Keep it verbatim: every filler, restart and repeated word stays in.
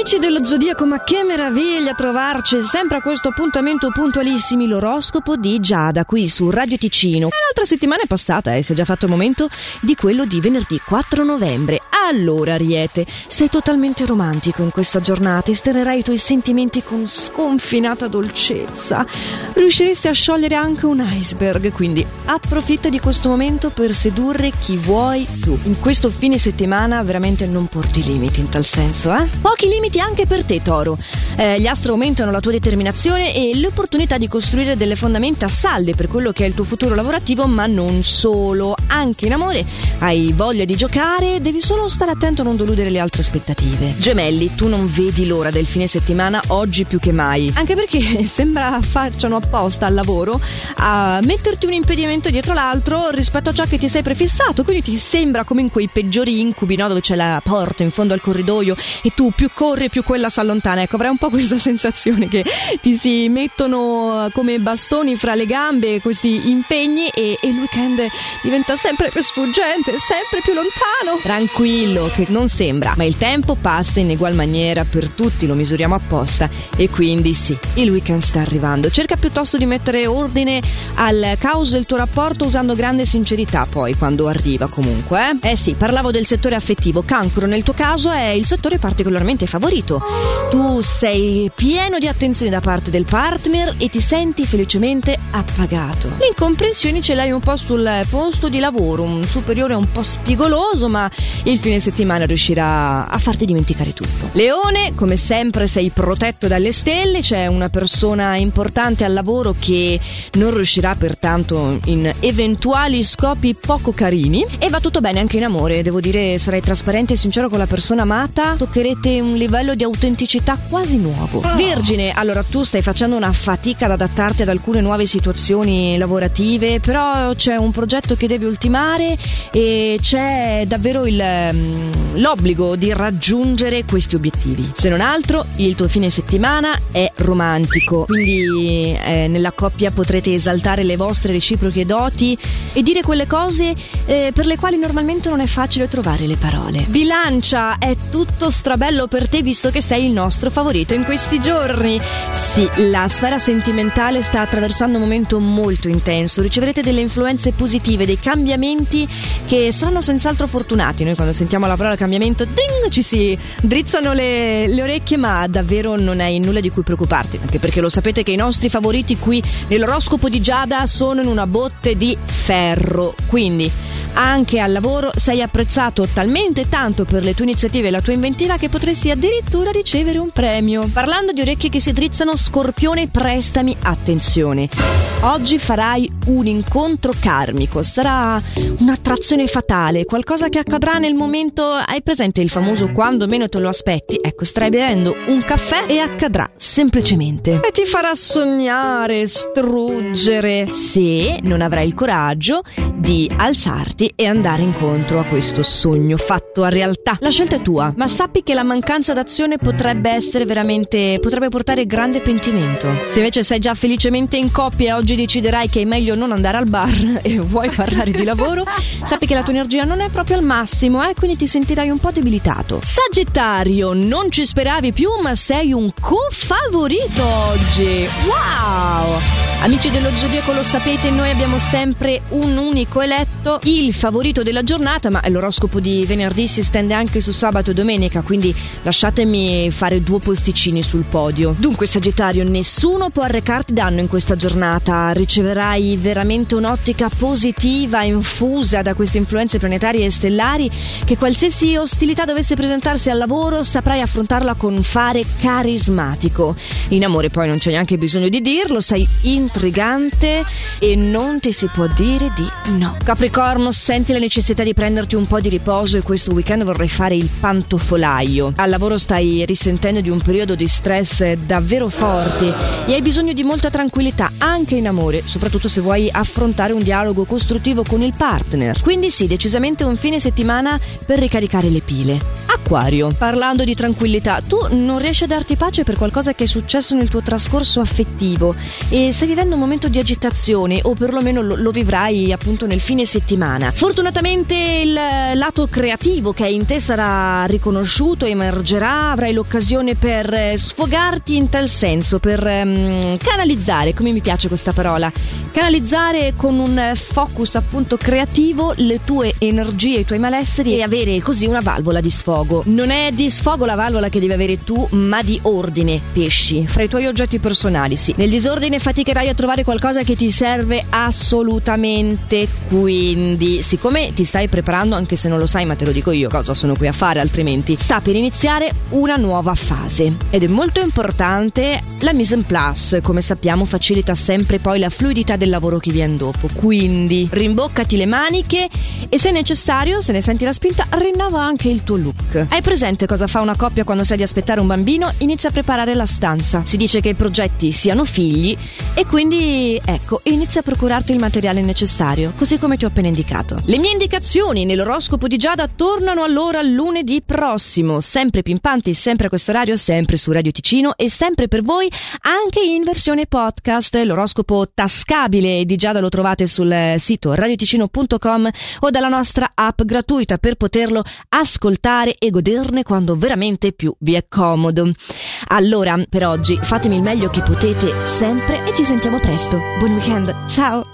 Amici dello Zodiaco, ma che meraviglia trovarci sempre a questo appuntamento puntualissimi, l'oroscopo di Giada qui su Radio Ticino. E l'altra settimana è passata e eh, si è già fatto il momento di quello di venerdì quattro novembre. Allora Ariete, sei totalmente romantico in questa giornata, estererai i tuoi sentimenti con sconfinata dolcezza, riusciresti a sciogliere anche un iceberg, quindi approfitta di questo momento per sedurre chi vuoi tu. In questo fine settimana veramente non porti limiti in tal senso, eh? Pochi limiti anche per te, Toro. Eh, gli astri aumentano la tua determinazione e l'opportunità di costruire delle fondamenta salde per quello che è il tuo futuro lavorativo, ma non solo. Anche in amore hai voglia di giocare, devi solo stare attento a non deludere le altre aspettative. Gemelli, tu non vedi l'ora del fine settimana oggi più che mai, anche perché sembra facciano apposta al lavoro a metterti un impedimento dietro l'altro rispetto a ciò che ti sei prefissato, quindi ti sembra come in quei peggiori incubi, no? Dove c'è la porta in fondo al corridoio e tu più corri più quella si allontana. Ecco, avrai un po' questa sensazione che ti si mettono come bastoni fra le gambe questi impegni e, e il weekend diventa sempre più sfuggente, sempre più lontano. Tranquillo, che non sembra, ma il tempo passa in egual maniera per tutti, lo misuriamo apposta, e quindi sì, il weekend sta arrivando. Cerca piuttosto di mettere ordine al caos del tuo rapporto usando grande sincerità poi quando arriva comunque, eh? Eh sì, parlavo del settore affettivo. Cancro, nel tuo caso è il settore particolarmente favorito. Tu sei pieno di attenzione da parte del partner e ti senti felicemente appagato. Le incomprensioni ce l'hai un po' sul posto di lavoro, un superiore un po' spigoloso, ma il fine settimana riuscirà a farti dimenticare tutto. Leone, come sempre sei protetto dalle stelle, c'è una persona importante al lavoro che non riuscirà pertanto in eventuali scopi poco carini, e va tutto bene anche in amore. Devo dire, sarai trasparente e sincero con la persona amata, toccherete un livello di autenticità quasi nuovo. Vergine, allora tu stai facendo una fatica ad adattarti ad alcune nuove situazioni lavorative, però c'è un progetto che devi ultimare e c'è davvero il, l'obbligo di raggiungere questi obiettivi. Se non altro, il tuo fine settimana è romantico, quindi eh, nella coppia potrete esaltare le vostre reciproche doti e dire quelle cose eh, per le quali normalmente non è facile trovare le parole. Bilancia, è tutto strabello per te visto che sei il nostro favorito in questi giorni. Sì, la sfera sentimentale sta attraversando un momento molto intenso, riceverete delle influenze positive, dei cambiamenti che saranno senz'altro fortunati. Noi quando sentiamo la parola cambiamento, ding, ci si drizzano le, le orecchie, ma davvero non hai nulla di cui preoccuparti, anche perché lo sapete che i nostri favoriti qui nell'oroscopo di Giada sono in una botte di ferro, quindi anche al lavoro sei apprezzato talmente tanto per le tue iniziative e la tua inventiva che potresti addirittura ricevere un premio. Parlando di orecchie che si drizzano, Scorpione, prestami attenzione. Oggi farai un incontro karmico, sarà un'attrazione fatale, qualcosa che accadrà nel momento. Hai presente il famoso quando meno te lo aspetti? Ecco, starai bevendo un caffè e accadrà semplicemente. E ti farà sognare, struggere, se non avrai il coraggio di alzarti e andare incontro a questo sogno fatto a realtà. La scelta è tua, ma sappi che la mancanza d'azione potrebbe essere veramente, potrebbe portare grande pentimento. Se invece sei già felicemente in coppia e oggi deciderai che è meglio non andare al bar e vuoi parlare di lavoro, sappi che la tua energia non è proprio al massimo, eh? Quindi ti sentirai un po' debilitato. Sagittario, non ci speravi più, ma sei un co-favorito oggi. Wow! Amici dello Zodiaco, lo sapete, noi abbiamo sempre un unico eletto, il favorito della giornata, ma l'oroscopo di venerdì si stende anche su sabato e domenica, quindi lasciatemi fare due posticini sul podio. Dunque Sagittario, nessuno può arrecarti danno in questa giornata, riceverai veramente un'ottica positiva infusa da queste influenze planetarie e stellari, che qualsiasi ostilità dovesse presentarsi al lavoro saprai affrontarla con fare carismatico. In amore poi non c'è neanche bisogno di dirlo, sei intrigante e non ti si può dire di no. Capricorno, senti la necessità di prenderti un po' di riposo e questo weekend vorrai fare il pantofolaio. Al lavoro stai risentendo di un periodo di stress davvero forte e hai bisogno di molta tranquillità anche in amore, soprattutto se vuoi affrontare un dialogo costruttivo con il partner. Quindi sì, decisamente un fine settimana per ricaricare le pile. Acquario, parlando di tranquillità, tu non riesci a darti pace per qualcosa che è successo nel tuo trascorso affettivo e stai vivendo un momento di agitazione, o perlomeno lo, lo vivrai appunto nel fine settimana. Fortunatamente il lato creativo che è in te sarà riconosciuto, emergerà, avrai l'occasione per sfogarti in tal senso, per um, canalizzare, come mi piace questa parola, canalizzare con un focus appunto creativo le tue energie, i tuoi malesseri, e avere così una valvola di sfogo. Non è di sfogo la valvola che devi avere tu, ma di ordine, pesci, fra i tuoi oggetti personali, sì. Nel disordine faticherai a trovare qualcosa che ti serve assolutamente, quindi siccome ti stai preparando, anche se non lo sai, ma te lo dico io cosa sono qui a fare altrimenti, sta per iniziare una nuova fase ed è molto importante la mise en place. Come sappiamo facilita sempre poi la fluidità del lavoro che viene dopo, quindi rimboccati le maniche e se necessario, se ne senti la spinta, rinnova anche il tuo look. Hai presente cosa fa una coppia quando sai di aspettare un bambino? Inizia a preparare la stanza. Si dice che i progetti siano figli e quindi ecco, inizia a procurarti il materiale necessario, così come ti ho appena indicato. Le mie indicazioni nell'oroscopo di Giada tornano allora lunedì prossimo, sempre pimpanti, sempre a questo orario, sempre su Radio Ticino e sempre per voi anche in versione podcast. L'oroscopo tascabile di Giada lo trovate sul sito radioticino punto com o dalla nostra app gratuita per poterlo ascoltare e goderne quando veramente più vi è comodo. Allora, per oggi fatemi il meglio che potete sempre e ci sentiamo presto. Buon weekend, ciao!